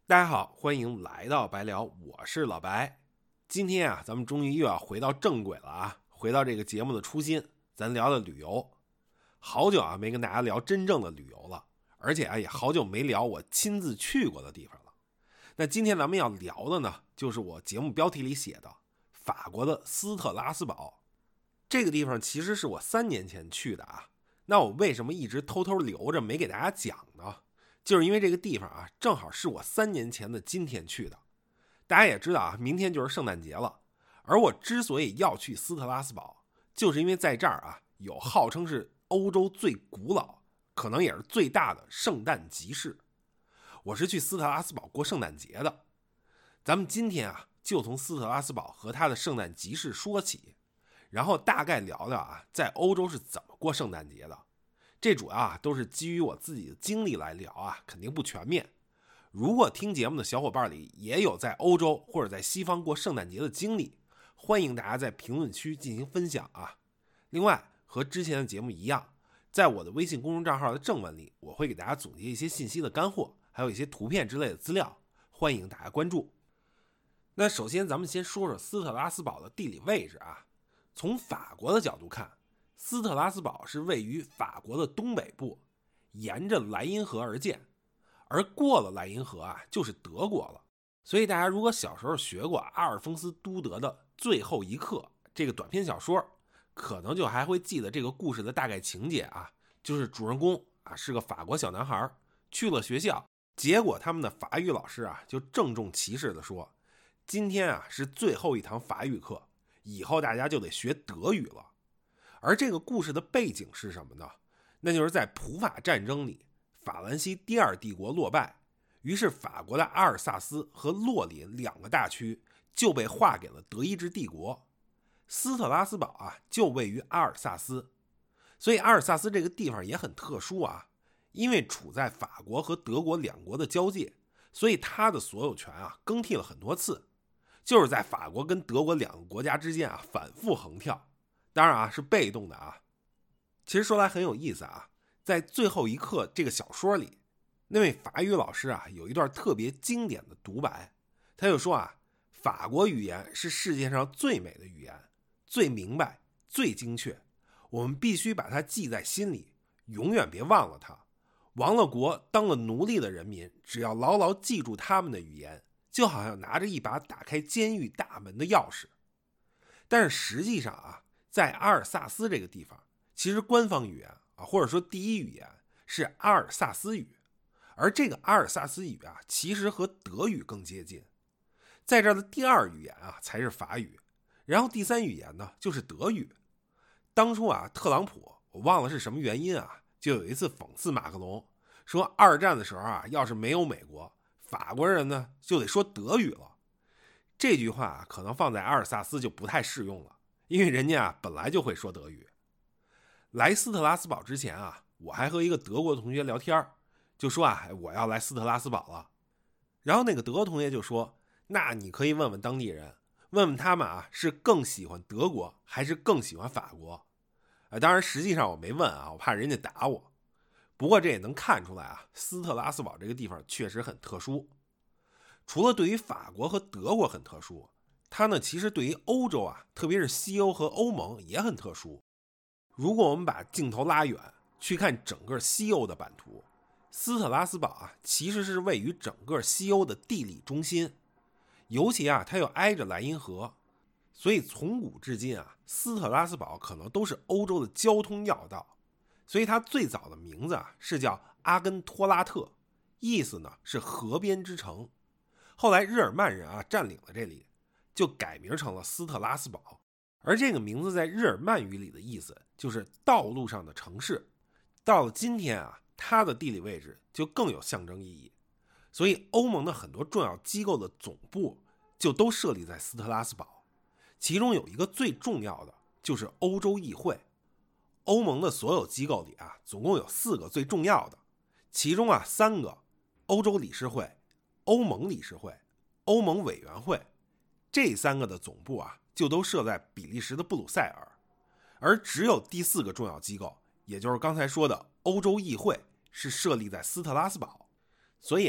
大家好，欢迎来到白聊，我是老白。今天啊，咱们终于又要回到正轨了啊，回到这个节目的初心，咱聊聊旅游。好久啊没跟大家聊真正的旅游了，而且啊也好久没聊我亲自去过的地方了。那今天咱们要聊的呢，就是我节目标题里写的法国的斯特拉斯堡。这个地方其实是我3年前去的啊，那我为什么一直偷偷留着没给大家讲呢？就是因为这个地方啊，正好是我3年前的今天去的。大家也知道啊，明天就是圣诞节了。而我之所以要去斯特拉斯堡，就是因为在这儿啊，有号称是欧洲最古老，可能也是最大的圣诞集市。我是去斯特拉斯堡过圣诞节的。咱们今天啊，就从斯特拉斯堡和它的圣诞集市说起，然后大概聊聊啊，在欧洲是怎么过圣诞节的。这主要啊都是基于我自己的经历来聊啊，肯定不全面。如果听节目的小伙伴里也有在欧洲或者在西方过圣诞节的经历，欢迎大家在评论区进行分享啊。另外，和之前的节目一样，在我的微信公众账号的正文里，我会给大家总结一些信息的干货，还有一些图片之类的资料，欢迎大家关注。那首先咱们先说说斯特拉斯堡的地理位置啊。从法国的角度看，斯特拉斯堡是位于法国的东北部，沿着莱茵河而建，而过了莱茵河啊，就是德国了。所以大家如果小时候学过阿尔丰斯·都德的《最后一课》这个短篇小说，可能就还会记得这个故事的大概情节啊，就是主人公啊是个法国小男孩，去了学校，结果他们的法语老师啊就郑重其事地说，今天啊是最后一堂法语课，以后大家就得学德语了。而这个故事的背景是什么呢？那就是在普法战争里，法兰西第二帝国落败，于是法国的阿尔萨斯和洛林2个大区就被划给了德意志帝国。斯特拉斯堡啊就位于阿尔萨斯，所以阿尔萨斯这个地方也很特殊啊，因为处在法国和德国2国的交界，所以它的所有权啊更替了很多次，就是在法国跟德国2个国家之间啊反复横跳。当然啊，是被动的啊。其实说来很有意思啊，在最后一课这个小说里，那位法语老师啊有一段特别经典的独白，他就说啊，法国语言是世界上最美的语言，最明白，最精确，我们必须把它记在心里，永远别忘了它。亡了国当了奴隶的人民，只要牢牢记住他们的语言，就好像拿着一把打开监狱大门的钥匙。但是实际上啊，在阿尔萨斯这个地方，其实官方语言啊，或者说第一语言是阿尔萨斯语，而这个阿尔萨斯语啊，其实和德语更接近。在这儿的第2语言啊，才是法语，然后第3语言呢，就是德语。当初啊，特朗普我忘了是什么原因啊，就有一次讽刺马克龙，说2战的时候啊，要是没有美国，法国人呢就得说德语了。这句话啊，可能放在阿尔萨斯就不太适用了。因为人家啊本来就会说德语。来斯特拉斯堡之前啊，我还和一个德国同学聊天，就说啊我要来斯特拉斯堡了。然后那个德国同学就说，那你可以问问当地人，问问他们啊是更喜欢德国还是更喜欢法国。当然实际上我没问啊，我怕人家打我。不过这也能看出来啊，斯特拉斯堡这个地方确实很特殊。除了对于法国和德国很特殊，它呢其实对于欧洲啊，特别是西欧和欧盟也很特殊。如果我们把镜头拉远去看整个西欧的版图，斯特拉斯堡啊其实是位于整个西欧的地理中心，尤其啊它又挨着莱茵河，所以从古至今啊，斯特拉斯堡可能都是欧洲的交通要道。所以它最早的名字啊是叫阿根托拉特，意思呢是河边之城。后来日耳曼人啊占领了这里，就改名成了斯特拉斯堡，而这个名字在日耳曼语里的意思就是道路上的城市。到了今天啊，它的地理位置就更有象征意义，所以欧盟的很多重要机构的总部就都设立在斯特拉斯堡，其中有一个最重要的就是欧洲议会。欧盟的所有机构里啊，总共有4个最重要的，其中啊3个，欧洲理事会、欧盟理事会、欧盟委员会，这3个的总部啊就都设在比利时的布鲁塞尔，而只有第4个重要机构，也就是刚才说的欧洲议会，是设立在斯特拉斯堡。所以啊，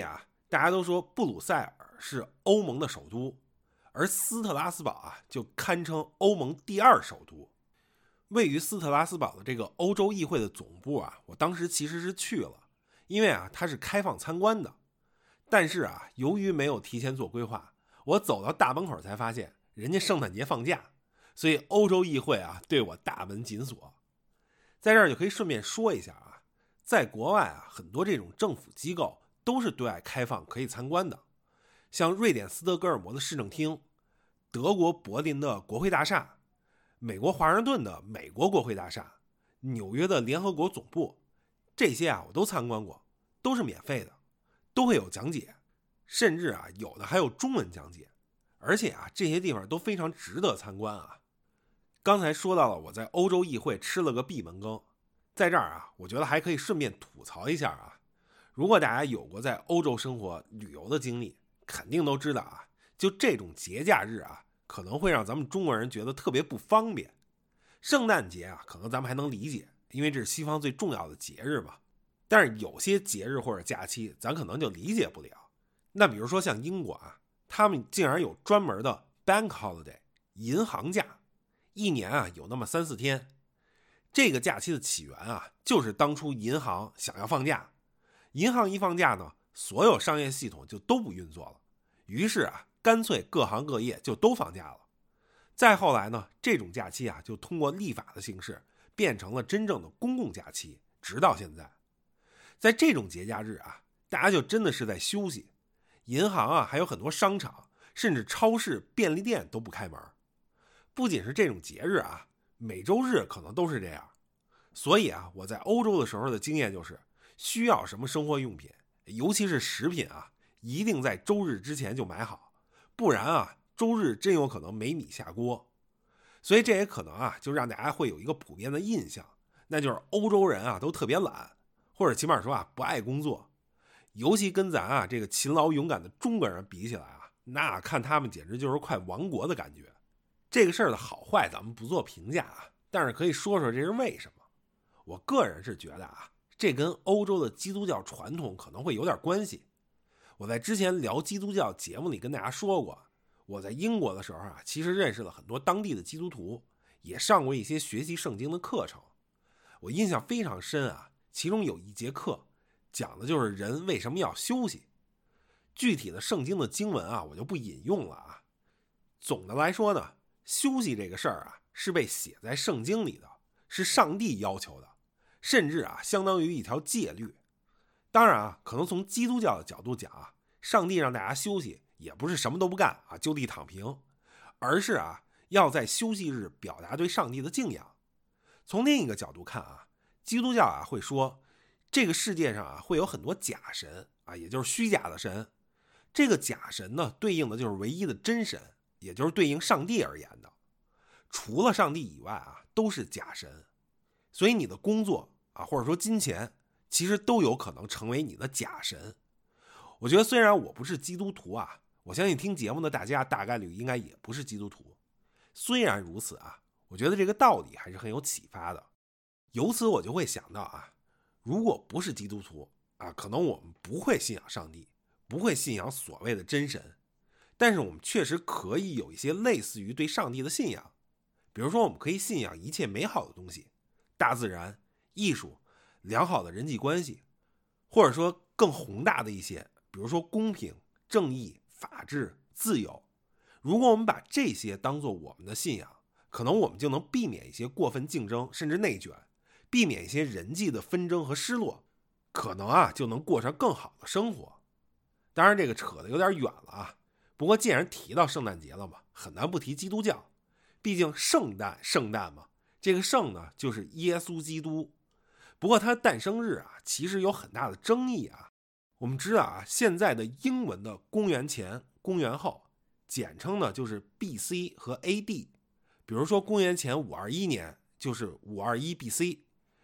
大家都说布鲁塞尔是欧盟的首都，而斯特拉斯堡啊就堪称欧盟第2首都。位于斯特拉斯堡的这个欧洲议会的总部啊，我当时其实是去了，因为啊它是开放参观的。但是啊，由于没有提前做规划，我走到大门口才发现人家圣诞节放假，所以欧洲议会啊对我大门紧锁。在这儿就可以顺便说一下啊，在国外啊，很多这种政府机构都是对外开放可以参观的，像瑞典斯德哥尔摩的市政厅、德国柏林的国会大厦、美国华盛顿的美国国会大厦、纽约的联合国总部，这些啊我都参观过，都是免费的，都会有讲解，甚至啊有的还有中文讲解，而且啊这些地方都非常值得参观啊。刚才说到了我在欧洲议会吃了个闭门羹，在这儿啊我觉得还可以顺便吐槽一下啊，如果大家有过在欧洲生活旅游的经历，肯定都知道啊，就这种节假日啊可能会让咱们中国人觉得特别不方便。圣诞节啊可能咱们还能理解，因为这是西方最重要的节日嘛，但是有些节日或者假期咱可能就理解不了。那比如说像英国啊，他们竟然有专门的 Bank Holiday 银行假，一年啊有那么3-4天。这个假期的起源啊，就是当初银行想要放假，银行一放假呢，所有商业系统就都不运作了，于是啊，干脆各行各业就都放假了。再后来呢，这种假期啊，就通过立法的形式变成了真正的公共假期，直到现在。在这种节假日啊，大家就真的是在休息，银行啊，还有很多商场，甚至超市、便利店都不开门。不仅是这种节日啊，每周日可能都是这样。所以啊，我在欧洲的时候的经验就是，需要什么生活用品，尤其是食品啊，一定在周日之前就买好，不然啊，周日真有可能没米下锅。所以这也可能啊，就让大家会有一个普遍的印象，那就是欧洲人啊都特别懒，或者起码说啊不爱工作。尤其跟咱啊这个勤劳勇敢的中国人比起来啊，那看他们简直就是快亡国的感觉。这个事儿的好坏咱们不做评价啊，但是可以说说这是为什么。我个人是觉得啊，这跟欧洲的基督教传统可能会有点关系。我在之前聊基督教节目里跟大家说过，我在英国的时候啊，其实认识了很多当地的基督徒，也上过一些学习圣经的课程。我印象非常深啊，其中有一节课讲的就是人为什么要休息。具体的圣经的经文啊，我就不引用了啊。总的来说呢，休息这个事儿啊，是被写在圣经里的，是上帝要求的，甚至啊，相当于一条戒律。当然啊，可能从基督教的角度讲啊，上帝让大家休息，也不是什么都不干啊，就地躺平，而是啊，要在休息日表达对上帝的敬仰。从另一个角度看啊，基督教啊会说，这个世界上啊会有很多假神啊，也就是虚假的神。这个假神呢，对应的就是唯一的真神，也就是对应上帝而言的。除了上帝以外啊，都是假神。所以你的工作啊，或者说金钱，其实都有可能成为你的假神。我觉得虽然我不是基督徒啊，我相信听节目的大家大概率应该也不是基督徒。虽然如此啊，我觉得这个道理还是很有启发的。由此我就会想到啊，如果不是基督徒啊，可能我们不会信仰上帝，不会信仰所谓的真神，但是我们确实可以有一些类似于对上帝的信仰。比如说我们可以信仰一切美好的东西，大自然、艺术、良好的人际关系，或者说更宏大的一些，比如说公平、正义、法治、自由。如果我们把这些当作我们的信仰，可能我们就能避免一些过分竞争甚至内卷，避免一些人际的纷争和失落，可能啊就能过上更好的生活。当然这个扯得有点远了啊，不过既然提到圣诞节了嘛，很难不提基督教，毕竟圣诞嘛，这个圣呢就是耶稣基督。不过他的诞生日啊其实有很大的争议啊。我们知道啊，现在的英文的公元前、公元后简称呢就是 BC 和 AD。 比如说公元前521年就是521 BC，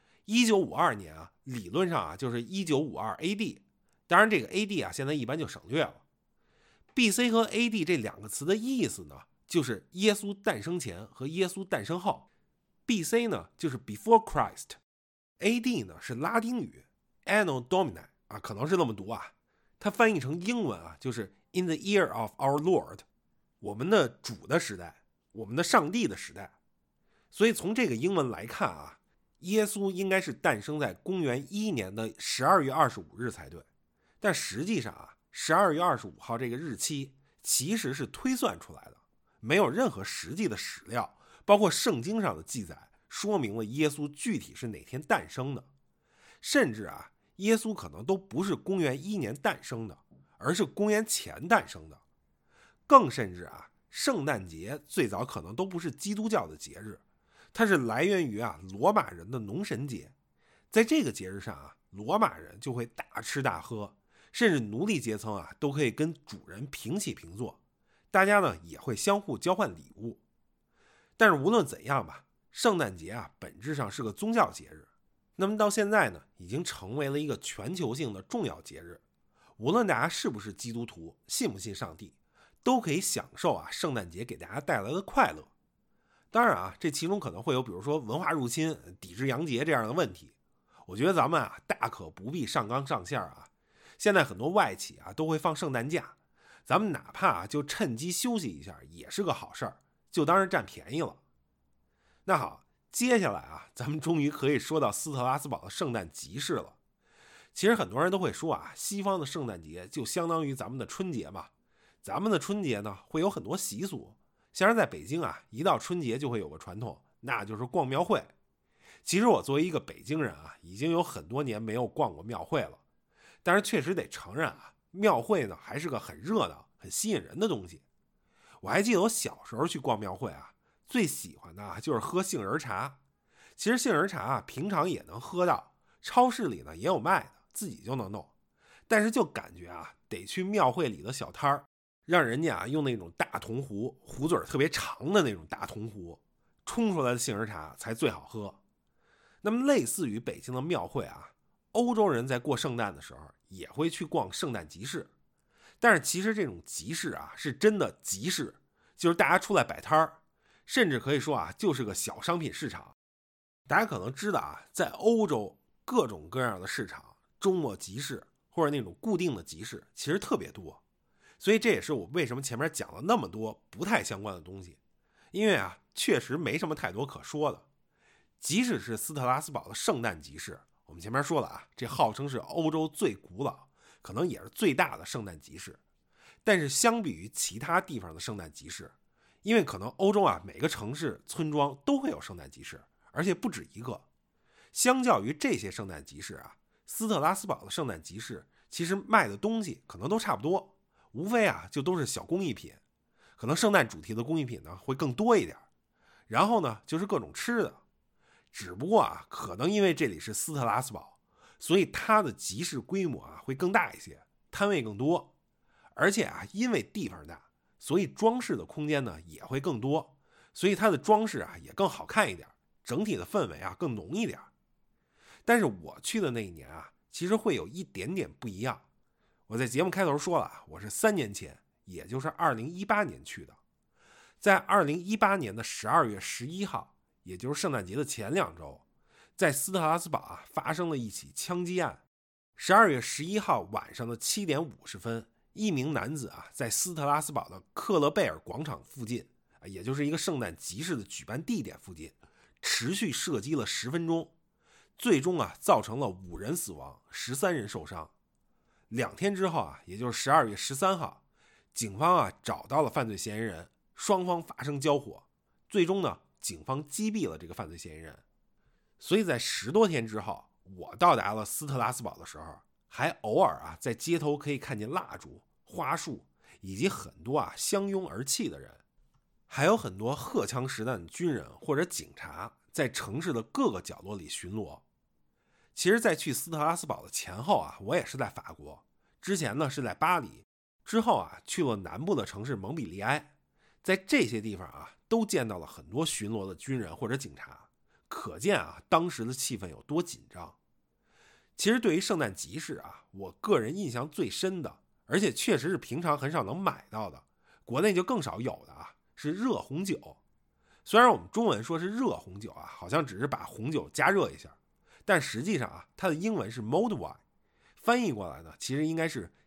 1952年啊理论上啊就是1952 AD。 当然这个 AD 啊现在一般就省略了。 BC 和 AD 这两个词的意思呢，就是耶稣诞生前和耶稣诞生后。 BC 呢就是 Before Christ， AD 呢是拉丁语 Anno Domini 啊，可能是这么读啊。 它翻译成英文啊，就是 In the year of our Lord， 我们的主的时代，我们的上帝的时代。所以从这个英文来看啊，耶稣应该是诞生在公元1年的12月25日才对。但实际上啊，12月25号这个日期其实是推算出来的，没有任何实际的史料，包括圣经上的记载说明了耶稣具体是哪天诞生的。甚至啊，耶稣可能都不是公元1年诞生的，而是公元前诞生的。更甚至啊，圣诞节最早可能都不是基督教的节日，它是来源于罗马人的农神节。在这个节日上啊，罗马人就会大吃大喝，甚至奴隶阶层啊都可以跟主人平起平坐，大家呢也会相互交换礼物。但是无论怎样吧，圣诞节啊本质上是个宗教节日，那么到现在呢已经成为了一个全球性的重要节日。无论大家是不是基督徒，信不信上帝，都可以享受圣诞节给大家带来的快乐。当然啊，这其中可能会有比如说文化入侵、抵制洋节这样的问题。我觉得咱们大可不必上纲上线啊。现在很多外企都会放圣诞假，咱们哪怕就趁机休息一下也是个好事儿，就当是占便宜了。那好，接下来咱们终于可以说到斯特拉斯堡的圣诞集市了。其实很多人都会说西方的圣诞节就相当于咱们的春节嘛。咱们的春节呢会有很多习俗，像是在北京一到春节就会有个传统，那就是逛庙会。其实我作为一个北京人已经有很多年没有逛过庙会了，但是确实得承认庙会呢还是个很热闹、很吸引人的东西。我还记得我小时候去逛庙会最喜欢的就是喝杏仁茶。其实杏仁茶平常也能喝到，超市里呢也有卖的，自己就能弄。但是就感觉得去庙会里的小摊儿，让人家用那种大铜壶，壶嘴特别长的那种大铜壶冲出来的杏仁茶才最好喝。那么类似于北京的庙会欧洲人在过圣诞的时候也会去逛圣诞集市。但是其实这种集市是真的集市，就是大家出来摆摊儿，甚至可以说就是个小商品市场。大家可能知道在欧洲各种各样的市场，周末集市或者那种固定的集市其实特别多。所以这也是我为什么前面讲了那么多不太相关的东西，因为确实没什么太多可说的。即使是斯特拉斯堡的圣诞集市，我们前面说了这号称是欧洲最古老，可能也是最大的圣诞集市。但是相比于其他地方的圣诞集市，因为可能欧洲每个城市村庄都会有圣诞集市，而且不止一个。相较于这些圣诞集市斯特拉斯堡的圣诞集市其实卖的东西可能都差不多，无非就都是小工艺品，可能圣诞主题的工艺品呢会更多一点，然后呢就是各种吃的。只不过可能因为这里是斯特拉斯堡，所以它的集市规模会更大一些，摊位更多。而且因为地方大，所以装饰的空间呢也会更多，所以它的装饰也更好看一点，整体的氛围更浓一点。但是我去的那一年其实会有一点点不一样。我在节目开头说了，我是3年前，也就是2018年去的。在2018年的12月11号，也就是圣诞节的前2周，在斯特拉斯堡发生了一起枪击案。12月11号晚上的7点50分，一名男子在斯特拉斯堡的克勒贝尔广场附近，也就是一个圣诞集市的举办地点附近，持续射击了10分钟，最终造成了5人死亡，13人受伤。2天之后也就是12月13号，警方找到了犯罪嫌疑人，双方发生交火，最终呢警方击毙了这个犯罪嫌疑人。所以在10多天之后，我到达了斯特拉斯堡的时候，还偶尔在街头可以看见蜡烛、花束，以及很多相拥而泣的人，还有很多荷枪实弹的军人或者警察在城市的各个角落里巡逻。其实在去斯特拉斯堡的前后我也是在法国，之前呢是在巴黎，之后去了南部的城市蒙彼利埃。在这些地方都见到了很多巡逻的军人或者警察，可见当时的气氛有多紧张。其实对于圣诞集市我个人印象最深的，而且确实是平常很少能买到的，国内就更少有的是热红酒。虽然我们中文说是热红酒好像只是把红酒加热一下，但实际上它的英文是 mulled wine， 翻译过来呢其实应该是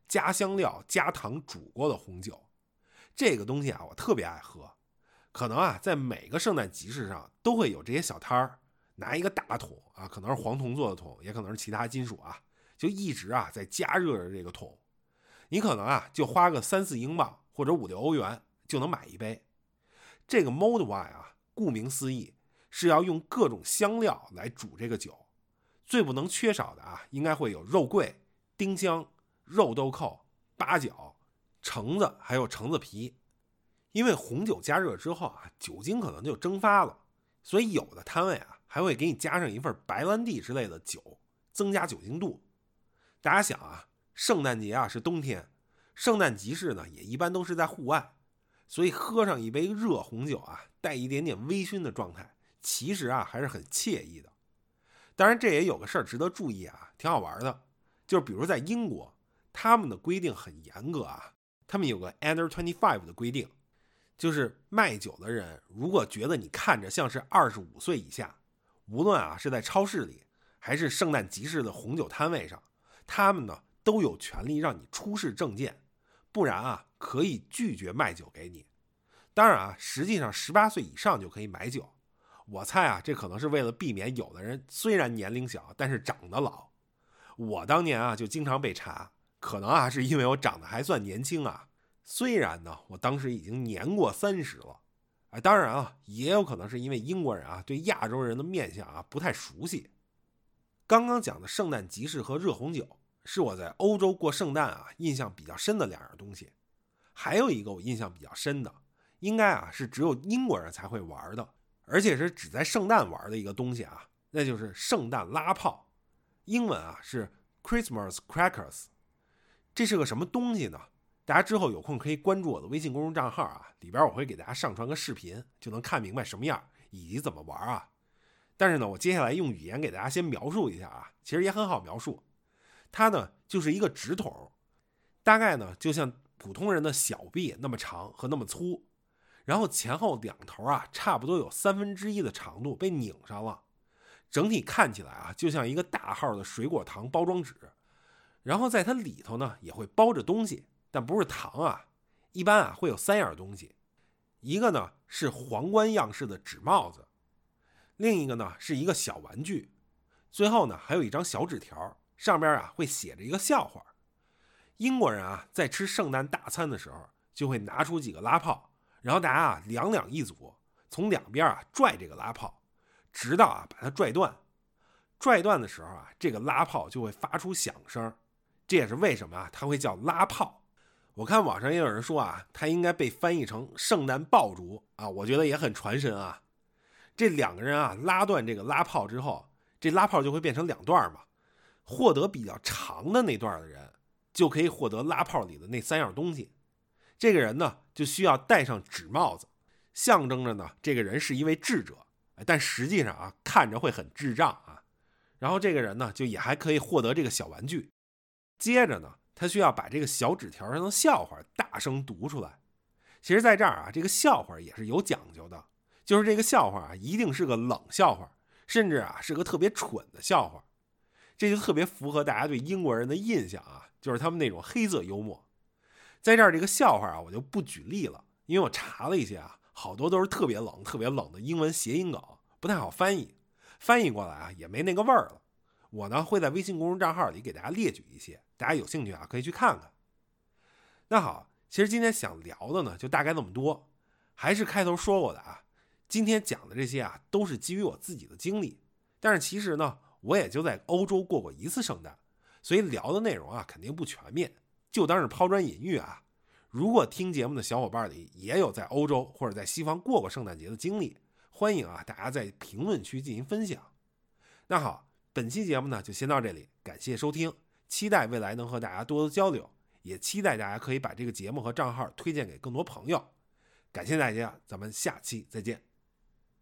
加香料、加糖煮过的红酒。这个东西啊，我特别爱喝。可能啊，在每个圣诞集市上都会有这些小摊儿，拿一个大桶啊，可能是黄铜做的桶，也可能是其他金属啊，就一直啊在加热着这个桶。你可能啊就花个3-4英镑或者5-6欧元就能买一杯。这个 mulled wine 啊，顾名思义是要用各种香料来煮这个酒，最不能缺少的啊，应该会有肉桂、丁香、肉豆蔻、八角、橙子，还有橙子皮。因为红酒加热之后啊，酒精可能就蒸发了，所以有的摊位啊还会给你加上一份白兰地之类的酒，增加酒精度。大家想啊，圣诞节啊是冬天，圣诞集市呢也一般都是在户外，所以喝上一杯热红酒啊，带一点点微醺的状态，其实啊还是很惬意的。当然这也有个事儿值得注意啊，挺好玩的，就是比如在英国，他们的规定很严格啊，他们有个 under 25的规定，就是卖酒的人如果觉得你看着像是25岁以下，无论啊是在超市里还是圣诞集市的红酒摊位上，他们呢都有权利让你出示证件，不然啊可以拒绝卖酒给你。当然啊，实际上18岁以上就可以买酒。我猜啊，这可能是为了避免有的人虽然年龄小，但是长得老。我当年啊就经常被查，可能啊是因为我长得还算年轻啊。虽然呢，我当时已经年过30了，当然啊，也有可能是因为英国人啊对亚洲人的面相啊不太熟悉。刚刚讲的圣诞集市和热红酒，是我在欧洲过圣诞啊印象比较深的2样东西。还有一个我印象比较深的，应该啊是只有英国人才会玩的，而且是只在圣诞玩的一个东西啊，那就是圣诞拉炮，英文啊是 Christmas crackers。 这是个什么东西呢？大家之后有空可以关注我的微信公众账号啊，里边我会给大家上传个视频，就能看明白什么样以及怎么玩啊。但是呢，我接下来用语言给大家先描述一下啊，其实也很好描述。它呢就是一个纸筒，大概呢就像普通人的小臂那么长和那么粗，然后前后两头啊差不多有1/3的长度被拧上了，整体看起来啊就像一个大号的水果糖包装纸。然后在它里头呢也会包着东西，但不是糖啊，一般啊会有3样东西。一个呢是皇冠样式的纸帽子，另一个呢是一个小玩具，最后呢还有一张小纸条，上边啊会写着一个笑话。英国人啊在吃圣诞大餐的时候就会拿出几个拉炮，然后大家啊2两一组，从两边啊拽这个拉炮，直到啊把它拽断。拽断的时候啊，这个拉炮就会发出响声，这也是为什么啊它会叫拉炮。我看网上也有人说啊，它应该被翻译成圣诞爆竹啊，我觉得也很传神啊。这2个人啊拉断这个拉炮之后，这拉炮就会变成2段嘛，获得比较长的那段的人就可以获得拉炮里的那3样东西。这个人呢就需要戴上纸帽子，象征着呢这个人是一位智者，但实际上啊看着会很智障啊。然后这个人呢就也还可以获得这个小玩具。接着呢他需要把这个小纸条上的笑话大声读出来。其实在这儿啊，这个笑话也是有讲究的，就是这个笑话啊一定是个冷笑话，甚至啊是个特别蠢的笑话。这就特别符合大家对英国人的印象啊，就是他们那种黑色幽默。在这儿这个笑话啊我就不举例了，因为我查了一些啊，好多都是特别冷的英文谐音梗，不太好翻译，翻译过来啊也没那个味儿了。我呢会在微信公众账号里给大家列举一些，大家有兴趣啊可以去看看。那好，其实今天想聊的呢就大概那么多，还是开头说过的啊，今天讲的这些啊都是基于我自己的经历，但是其实呢我也就在欧洲过过1次圣诞，所以聊的内容啊肯定不全面，就当是抛砖引玉啊。如果听节目的小伙伴里也有在欧洲或者在西方过圣诞节的经历，欢迎啊大家在评论区进行分享。那好，本期节目呢就先到这里，感谢收听，期待未来能和大家多多交流，也期待大家可以把这个节目和账号推荐给更多朋友。感谢大家，咱们下期再见。